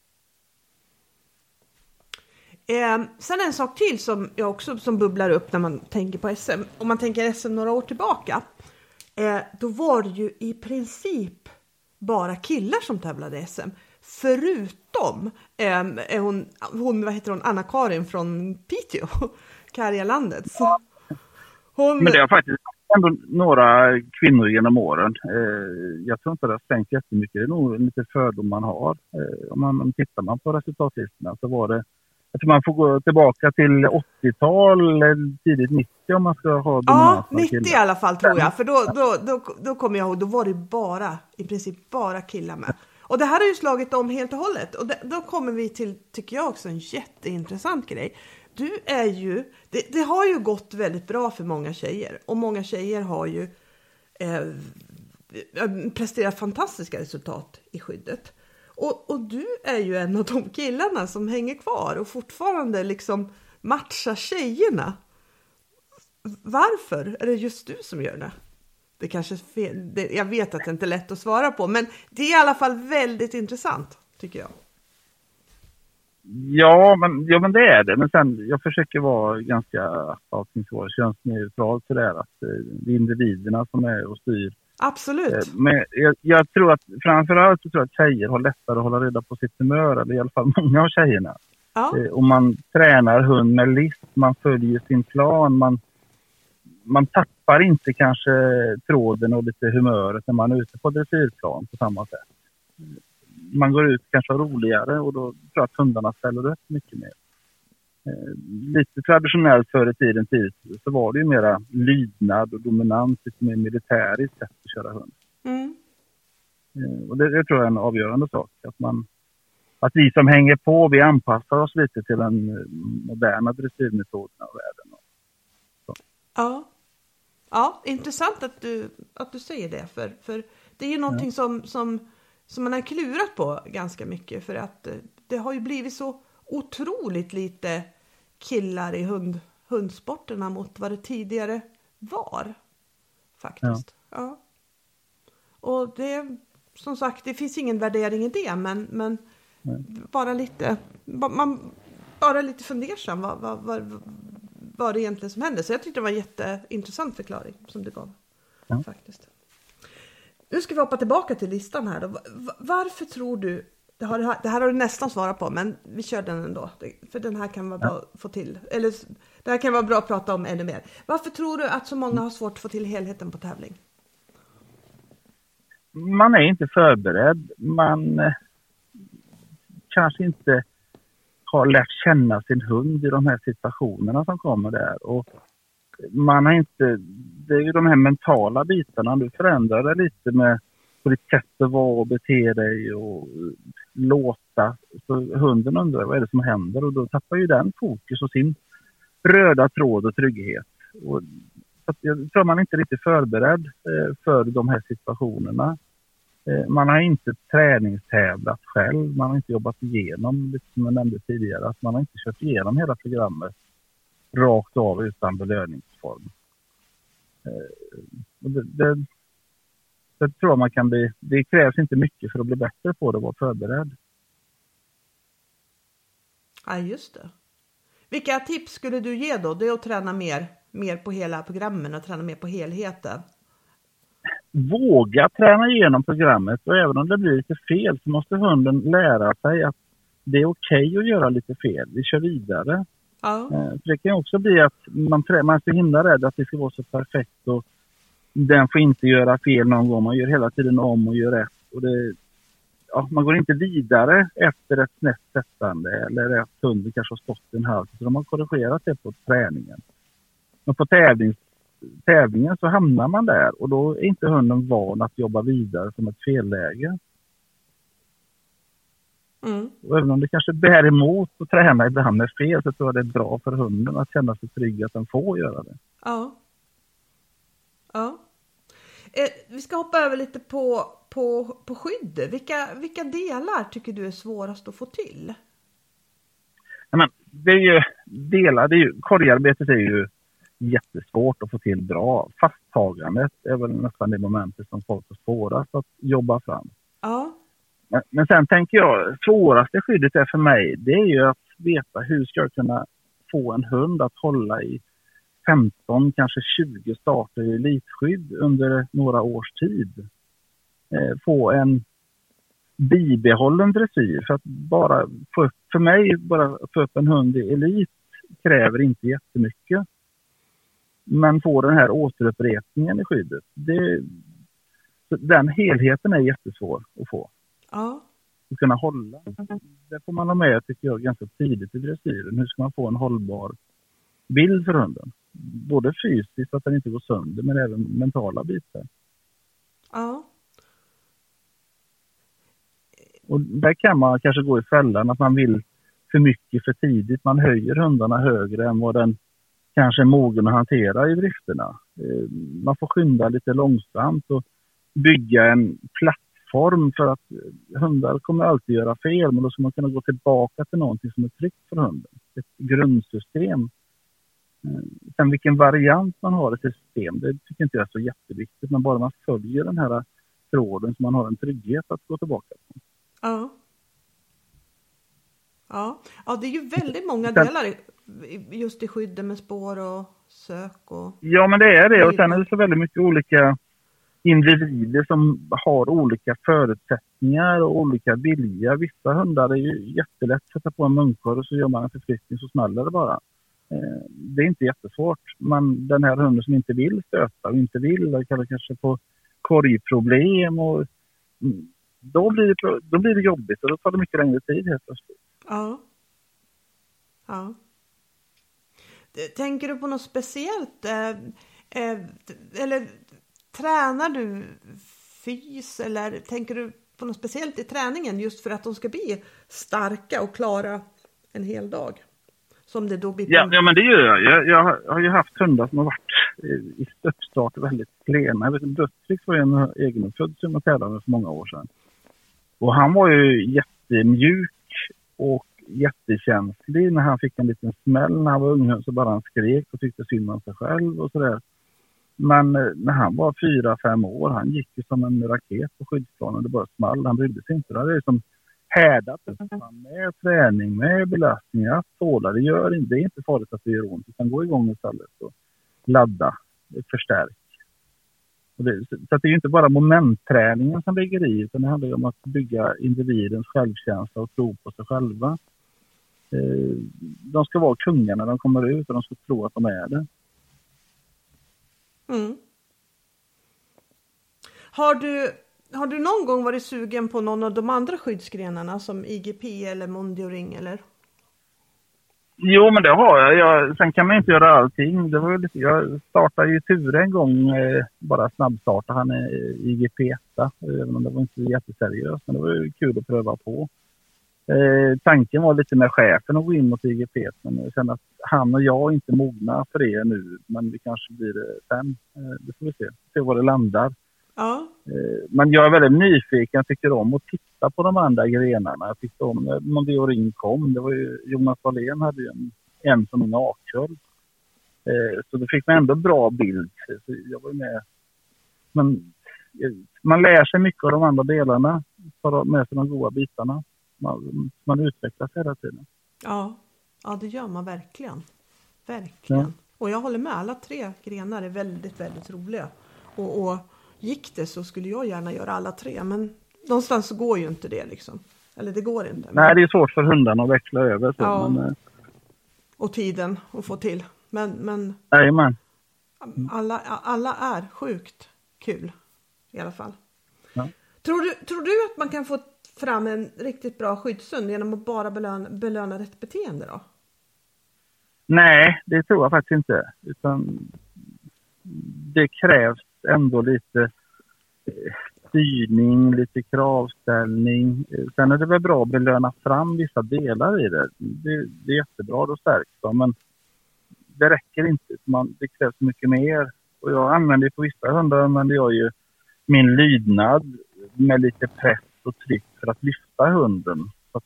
Speaker 1: Sen en sak till som jag också som bubblar upp när man tänker på SM. Om man tänker SM några år tillbaka, då var det ju i princip bara killar som tävlade SM. Förutom hon vad heter hon, Anna-Karin från Piteå, Karjalandet. Så
Speaker 2: men det har faktiskt ändå några kvinnor genom åren. Jag tror inte det har stängt jättemycket. Det är nog lite fördom man har. Om tittar man på resultatlistorna så var det, jag tror man får gå tillbaka till 80-tal eller tidigt 90 om man ska ha dominans.
Speaker 1: Ja, 90 i alla fall tror jag. För då kommer jag ihåg, då var det i princip bara killar med. Och det här har ju slagit om helt och hållet. Och då kommer vi till, tycker jag också, en jätteintressant grej. Du är ju, det har ju gått väldigt bra för många tjejer. Och många tjejer har ju presterat fantastiska resultat i skyddet. Och du är ju en av de killarna som hänger kvar och fortfarande liksom matchar tjejerna. Varför är det just du som gör det? Det kanske är fel. Jag vet att det inte är lätt att svara på, men det är i alla fall väldigt intressant, tycker jag.
Speaker 2: Ja, men det är det. Men sen, jag försöker vara ganska könsneutralt för det, att det är individerna som är och styr.
Speaker 1: Absolut.
Speaker 2: Men jag tror att framförallt så tror jag att tjejer har lättare att hålla reda på sitt humör, eller i alla fall många av tjejerna.
Speaker 1: Ja.
Speaker 2: Och man tränar hund med list, man följer sin plan, man tappar inte kanske tråden och lite humöret när man är ute på dressyrplan på samma sätt. Man går ut kanske roligare och då tror jag att hundarna ställer upp mycket mer. Lite traditionellt förr i tiden så var det ju mera lydnad och dominans, lite mer militäriskt sätt att köra hund.
Speaker 1: Mm.
Speaker 2: Och det tror jag är en avgörande sak. Att vi som hänger på, vi anpassar oss lite till den moderna dressyrmetoden av världen.
Speaker 1: Ja, intressant att du säger det. För det är ju någonting som man har klurat på ganska mycket. För att det har ju blivit så otroligt lite killar i hundsporterna mot vad det tidigare var. Faktiskt. Ja. Och det, som sagt, det finns ingen värdering i det. Men bara lite fundersam vad det egentligen som hände. Så jag tyckte det var en jätteintressant förklaring som du gav. Ja. Faktiskt. Nu ska vi hoppa tillbaka till listan här då. Varför tror du, det här har du nästan svarat på, men vi kör den ändå. För den här kan vara bra att få till. Eller det här kan vara bra att prata om ännu mer. Varför tror du att så många har svårt att få till helheten på tävling?
Speaker 2: man är inte förberedd. Man kanske inte har lärt känna sin hund i de här situationerna som kommer där. Och man har inte, det är ju de här mentala bitarna. Du förändrar det lite med på ditt sätt att vara och bete dig och låta. Så hunden undrar vad är det som händer, och då tappar ju den fokus och sin röda tråd och trygghet. Och så jag tror man inte är riktigt förberedd för de här situationerna. Man har inte träningstävlat själv. Man har inte jobbat igenom, lite som jag nämnde tidigare, att man har inte kört igenom hela programmet rakt av utan belöningsform. Det tror jag man kan bli. Det krävs inte mycket för att bli bättre på det, att vara förberedd.
Speaker 1: Ja, just det. Vilka tips skulle du ge då? Det är att träna mer på hela programmen och träna mer på helheten.
Speaker 2: Våga träna igenom programmet, och även om det blir lite fel så måste hunden lära sig att det är okej att göra lite fel. Vi kör vidare.
Speaker 1: Ja.
Speaker 2: För det kan också bli att man är så himla rädd att det ska vara så perfekt och den får inte göra fel någon gång. Man gör hela tiden om och gör rätt. Och man går inte vidare efter ett snett sättande eller att hunden kanske har stått en halv. Så de har korrigerat det på träningen. Men på tävlingen så hamnar man där, och då är inte hunden van att jobba vidare som ett felläge. Och även om det kanske bär emot att träna ibland med fel, så tror jag det är bra för hunden att känna sig trygg att den får göra det.
Speaker 1: Ja. Vi ska hoppa över lite på skyddet. Vilka delar tycker du är svårast att få till?
Speaker 2: Men det är ju korgarbetet är ju jättesvårt att få till bra. Fasttagandet är väl nästan det momentet som folk är svårast att jobba fram.
Speaker 1: Ja.
Speaker 2: Men sen tänker jag, svåraste skyddet är för mig, det är ju att veta hur ska jag kunna få en hund att hålla i 15, kanske 20 starter i elitskydd under några års tid. Få en bibehållen dressyr. För att bara få upp en hund i elit kräver inte jättemycket. Men få den här återupprepningen i skyddet. Den helheten är jättesvår att få.
Speaker 1: Ja.
Speaker 2: Att kunna hålla. Det får man ha med, tycker jag, ganska tidigt i dressyren. Hur ska man få en hållbar bild för hunden? Både fysiskt, att den inte går sönder, men även mentala bitar.
Speaker 1: Ja.
Speaker 2: Och där kan man kanske gå i fällan att man vill för mycket för tidigt. Man höjer hundarna högre än vad den kanske är mogen att hantera i drifterna. Man får skynda lite långsamt och bygga en plattform, för att hundar kommer alltid göra fel, men då ska man kunna gå tillbaka till någonting som är tryggt för hunden. Ett grundsystem. Sen vilken variant man har i system, det tycker inte jag är så jätteviktigt, men bara man följer den här tråden så man har en trygghet att gå tillbaka på.
Speaker 1: Ja. Ja, det är ju väldigt många delar just i skyddet med spår och sök och...
Speaker 2: Ja, men det är det. Och sen är det så väldigt mycket olika individer som har olika förutsättningar och olika vilja. Vissa hundar är ju jättelätt att sätta på en munkorg och så gör man en förflyttning så smäller det bara. Det är inte jättesvårt. Men den här hunden som inte vill stöta och inte vill, kanske få korgproblem, och då blir det jobbigt och då tar det mycket längre tid helt plötsligt.
Speaker 1: Ja. Tänker du på något speciellt? Eller tränar du fys, eller tänker du på något speciellt i träningen just för att de ska bli starka och klara en hel dag? Som det då blir.
Speaker 2: Ja, men det gör jag. Jag har ju haft hundar som har varit i stöppstart väldigt klena. Jag vet inte, Dödstrix var ju en egenfödd som jag tävlade med för många år sedan. Och han var ju jättemjuk och jättekänslig. När han fick en liten smäll när han var ung så bara han skrek och tyckte synd om sig själv och sådär. Men när han var 4-5 år, han gick ju som en raket på skyddsplanen. Det bara small, han brydde sig inte. Det är som härdat med träning, med belastningar, tåla. Det är inte farligt att det gör ont, utan gå igång istället och ladda, förstärk. Så att det är ju inte bara momentträningen som ligger i, utan det handlar ju om att bygga individens självkänsla och tro på sig själva. De ska vara kungar när de kommer ut och de ska tro att de är det.
Speaker 1: Mm. Har du Har du någon gång varit sugen på någon av de andra skyddsgrenarna som IGP eller Mondio Ring eller?
Speaker 2: Jo, men det har jag. Sen kan man inte göra allting. Det var ju lite, jag startade ju Ture en gång, bara snabbstarta han i IGP1, även om det var inte jätteseriöst, men det var ju kul att pröva på. Tanken var lite med chefen att gå in mot IGP, men jag känner att han och jag är inte mogna för det nu, men det kanske blir det sen. Det får vi se var det landar.
Speaker 1: Ja.
Speaker 2: Men jag är väldigt nyfiken, jag tycker om att titta på de andra grenarna. Jag tyckte om när Mondio Ring kom, det var ju Jonas Wallén hade ju en som en akköld. Så det fick man ändå bra bild. Så jag var med. Men man lär sig mycket av de andra delarna, tar med sig de goda bitarna. Man utvecklas hela tiden.
Speaker 1: Ja, det gör man verkligen. Verkligen.
Speaker 2: Ja.
Speaker 1: Och jag håller med, alla 3 grenar är väldigt, väldigt roliga. Och gick det så skulle jag gärna göra alla 3, men någonstans så går ju inte det liksom. Eller det går inte.
Speaker 2: Nej, det är svårt för hundarna att växla över. Så,
Speaker 1: ja.
Speaker 2: men,
Speaker 1: och tiden att få till. Men
Speaker 2: jajamän.
Speaker 1: alla är sjukt kul i alla fall.
Speaker 2: Ja.
Speaker 1: Tror du att man kan få fram en riktigt bra skyddshund genom att bara belöna rätt beteende då?
Speaker 2: Nej, det tror jag faktiskt inte. Utan det krävs ändå lite styrning, lite kravställning. Sen är det väl bra att belöna fram vissa delar i det. Det är jättebra, då stärks de. Men det räcker inte. Det krävs mycket mer. Och jag använder på vissa hundar använder jag ju min lydnad med lite press och tryck för att lyfta hunden. Så att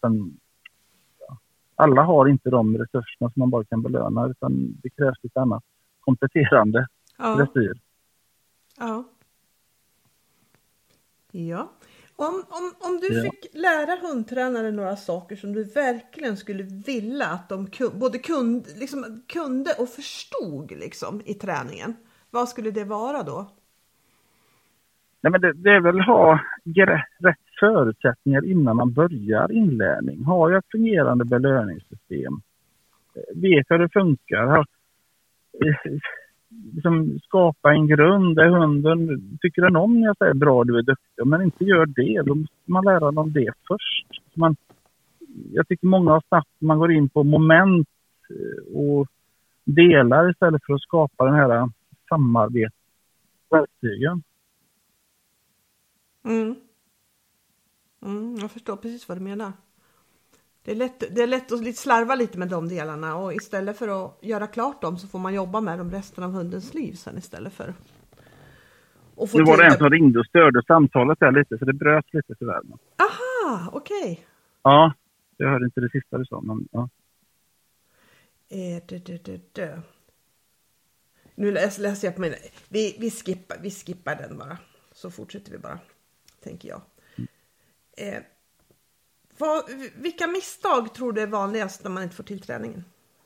Speaker 2: alla har inte de resurserna som man bara kan belöna, utan det krävs lite annat kompletterande dressyr.
Speaker 1: Ja. Ja. Om du fick lära hundtränare några saker som du verkligen skulle vilja att de både kunde och förstod liksom, i träningen, vad skulle det vara då?
Speaker 2: Nej, men det är väl ha rätt förutsättningar innan man börjar inlärning. Har jag ett fungerande belöningssystem? Vet hur det funkar? Liksom skapa en grund där hunden tycker den om när jag säger bra, du är duktig. Men inte gör det, då måste man lära dem det först. Jag tycker många har snabbt, man går in på moment och delar istället för att skapa den här samarbetsverktygen.
Speaker 1: Jag förstår precis vad du menar. Det är lätt att slarva lite med de delarna, och istället för att göra klart dem så får man jobba med dem resten av hundens liv sen istället för att få.
Speaker 2: Nu var det en som ringde och störde samtalet där lite, så det bröt lite tyvärr.
Speaker 1: Aha, okej. Okay.
Speaker 2: Ja, jag hörde inte det sista du sa, men ja.
Speaker 1: Nu läser jag på mina. Vi skippar den bara. Så fortsätter vi bara, tänker jag. Vilka misstag tror du är vanligast när man inte får till träningen?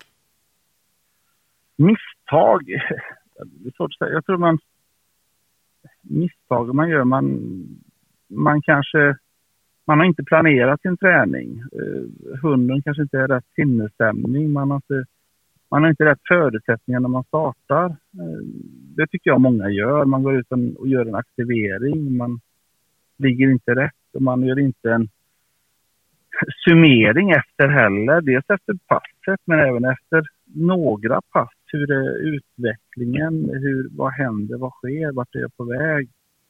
Speaker 2: Misstag? Det är svårt att säga. Jag tror misstag man gör, man kanske, man har inte planerat sin träning. Hunden kanske inte är rätt sinnesstämning. Man har inte rätt förutsättningar när man startar. Det tycker jag många gör. Man går ut och gör en aktivering. Man ligger inte rätt och man gör inte en summering efter heller. Dels efter passet men även efter några pass. Hur är utvecklingen? Vad händer? Vad sker? Vart är jag på väg?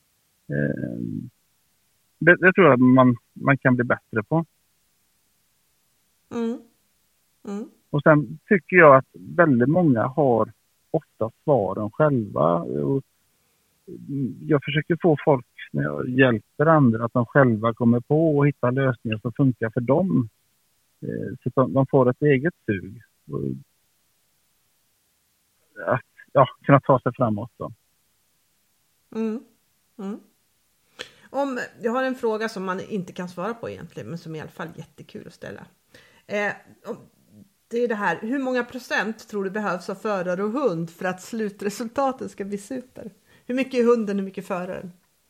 Speaker 2: Det tror jag man kan bli bättre på. Och sen tycker jag att väldigt många har ofta svaren själva. Och jag försöker få folk, när jag hjälper andra, att de själva kommer på och hittar lösningar som funkar för dem. Så att de får ett eget sug. Att kunna ta sig framåt då.
Speaker 1: Jag har en fråga som man inte kan svara på egentligen, men som i alla fall är jättekul att ställa. Det är det här, hur många procent tror du behövs av förare och hund för att slutresultatet ska bli super? Hur mycket är hunden, hur mycket föraren?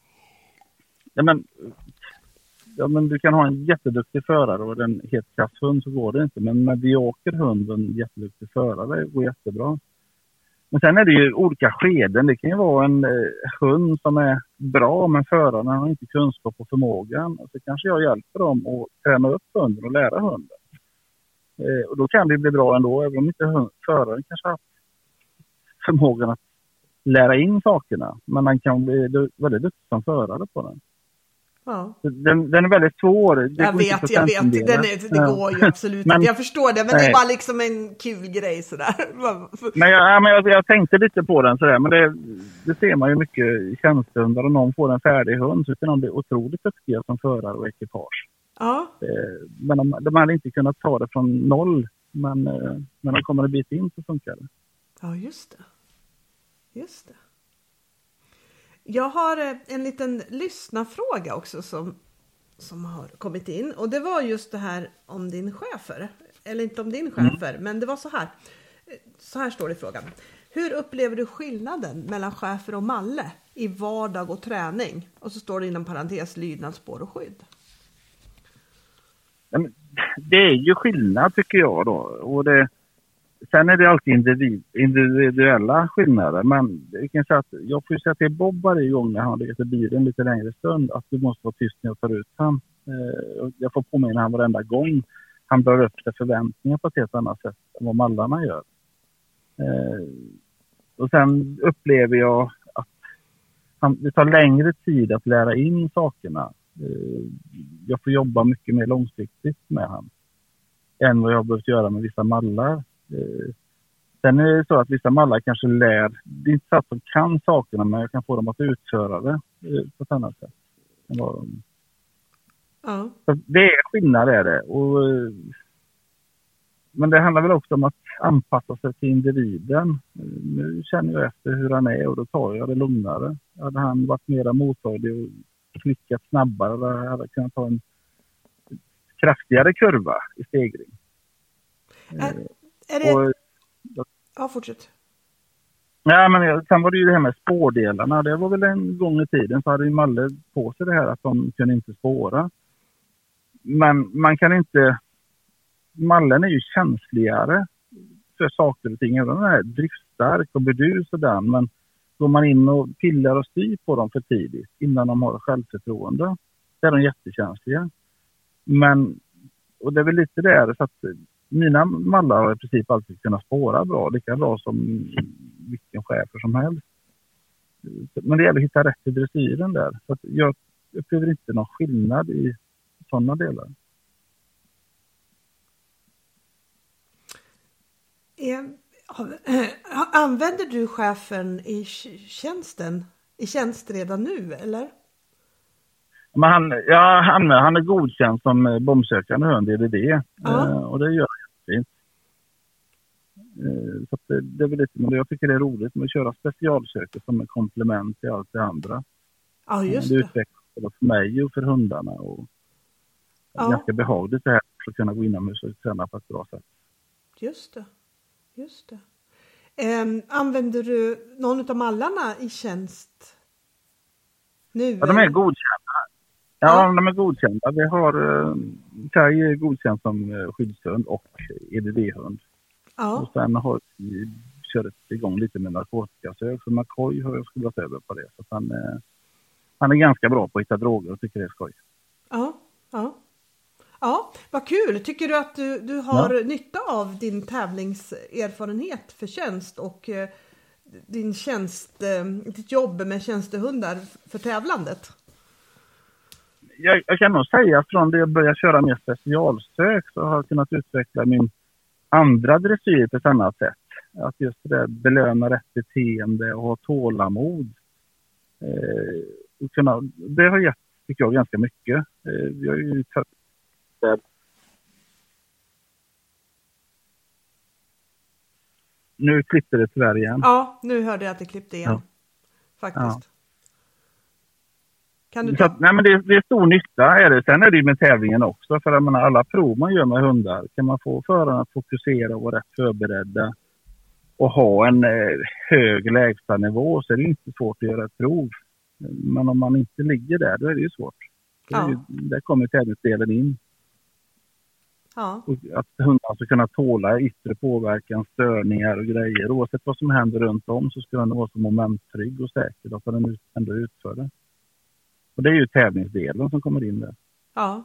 Speaker 2: Ja, men du kan ha en jätteduktig förare och en helt kass hund, så går det inte. Men medioker hund och en jätteduktig förare går jättebra. Men sen är det ju olika skeden. Det kan ju vara en hund som är bra men föraren har inte kunskap och förmågan. Och så kanske jag hjälper dem att träna upp hunden och lära hunden. Och då kan det bli bra ändå, även om inte föraren kanske har haft förmågan att lära in sakerna. Men man kan bli väldigt duktig som förare på den.
Speaker 1: Ja.
Speaker 2: Den är väldigt svår.
Speaker 1: Jag vet. Det går ju absolut inte. Jag förstår det, men det är bara liksom en kul grej sådär.
Speaker 2: Men jag tänkte lite på den sådär, men det ser man ju mycket tjänstehundar och någon får en färdig hund så kan de bli otroligt duktiga som förare och ekipage.
Speaker 1: Ja.
Speaker 2: Men de hade inte kunnat ta det från noll, men när de kommer en bit in så funkar det.
Speaker 1: Ja, just det. Jag har en liten lyssnarfråga också som har kommit in. Och det var just det här om din schäfer. Eller inte om din schäfer, men det var så här. Så här står det i frågan. Hur upplever du skillnaden mellan schäfer och malle i vardag och träning? Och så står det inom parentes lydnad, spår och skydd.
Speaker 2: Det är ju skillnad tycker jag då. Och sen är det alltid individuella skillnader. Men jag kan säga att jag får säga till Bob varje gång när han letar bilen lite längre stund att du måste vara tyst när jag tar ut han. Jag får påminna han varenda gång. Han drar upp sig förväntningar på ett helt annat sätt än vad mallarna gör. Och sen upplever jag att det tar längre tid att lära in sakerna. Jag får jobba mycket mer långsiktigt med han än vad jag har behövt göra med vissa mallar. Sen är det så att vissa mallar kanske lär, det är inte så att de kan sakerna, men jag kan få dem att utföra det på ett annat sätt.
Speaker 1: Ja.
Speaker 2: Så det är skillnad är det. Men det handlar väl också om att anpassa sig till individen. Nu känner jag efter hur han är och då tar jag det lugnare. Hade han varit mera mottaglig och klickat snabbare, då hade jag kunnat ta en kraftigare kurva i stegring.
Speaker 1: Är det... Ja, fortsätt.
Speaker 2: Ja, men sen var det ju det här med spårdelarna. Det var väl en gång i tiden så hade ju Malle på sig det här att de kunde inte spåra. Men man kan inte... Mallen är ju känsligare för saker och ting. Även den är driftstark och burdus och den. Men går man in och pillar och styr på dem för tidigt innan de har självförtroende, så är de jättekänsliga. Och det är väl lite där så att mina mallar har i princip alltid kunnat spåra bra. Lika bra som vilken chefer som helst. Men det gäller att hitta rätt i dressyren där. Så att jag upplever inte någon skillnad i sådana delar.
Speaker 1: Använder du chefen i tjänst redan nu, eller?
Speaker 2: Men han är godkänd som bombsökande hund, är det. Och det gör jag fint. Så att det är väl lite, men jag tycker det är roligt med att köra specialsöker som en komplement till allt det andra.
Speaker 1: Ja, just
Speaker 2: det. Det utvecklas för mig och för hundarna. Och det är ganska behagligt det här för att kunna gå inomhus och träna på ett bra sätt. Just det.
Speaker 1: Använder du någon av mallarna i tjänst nu?
Speaker 2: Ja, de är godkända. Ja, de är godkända. Vi har Kaj är godkänd som skyddshund och EDD-hund.
Speaker 1: Ja.
Speaker 2: Och sen har vi kört igång lite med narkotikasök. Så McCoy har jag skolat över på det. Så han är ganska bra på att hitta droger och tycker det är skoj.
Speaker 1: Ja, vad kul. Tycker du att du har nytta av din tävlingserfarenhet för tjänst och ditt jobb med tjänstehundar för tävlandet?
Speaker 2: Jag kan nog säga att från det jag började köra mer specialsök så har jag kunnat utveckla min andra dressyr på ett annat sätt. Att just det belöna rätt beteende och ha tålamod. Det har gett, tycker jag, ganska mycket. Vi har ju Nu klippte det tyvärr igen.
Speaker 1: Ja, nu hörde jag att det klippte igen. Faktiskt.
Speaker 2: Ja.
Speaker 1: Kan du
Speaker 2: nej, men det är stor nytta är det. Sen är det ju med tävlingen också. För jag menar, alla prov man gör med hundar kan man få förarna att fokusera och vara rätt förberedda och ha en hög lägsta nivå, så är det inte svårt att göra ett prov. Men om man inte ligger där, då är det ju svårt. Där kommer tävlingsdelen in.
Speaker 1: Ja.
Speaker 2: Och att hundarna ska kunna tåla yttre påverkan, störningar och grejer. Oavsett vad som händer runt om så ska den vara så momenttrygg och säker att den ändå utför det. Och det är ju tävlingsdelen som kommer in där.
Speaker 1: Ja.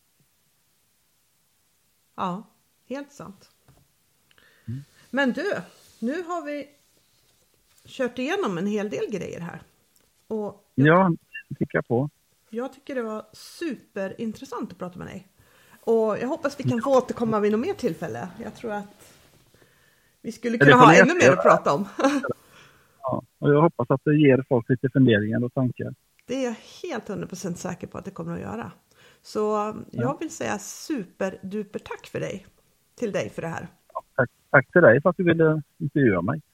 Speaker 1: Ja, helt sant. Men du, nu har vi kört igenom en hel del grejer här. Och
Speaker 2: Ja, kika på.
Speaker 1: jag tycker det var superintressant att prata med dig. Och jag hoppas vi kan få återkomma vid något mer tillfälle. Jag tror att vi skulle kunna ha ännu mer att prata om.
Speaker 2: Ja, och jag hoppas att det ger folk lite funderingar och tankar.
Speaker 1: Det är jag helt 100% säker på att det kommer att göra. Så jag vill säga superduper tack till dig för det här.
Speaker 2: Ja, tack till dig för att du ville intervjua mig.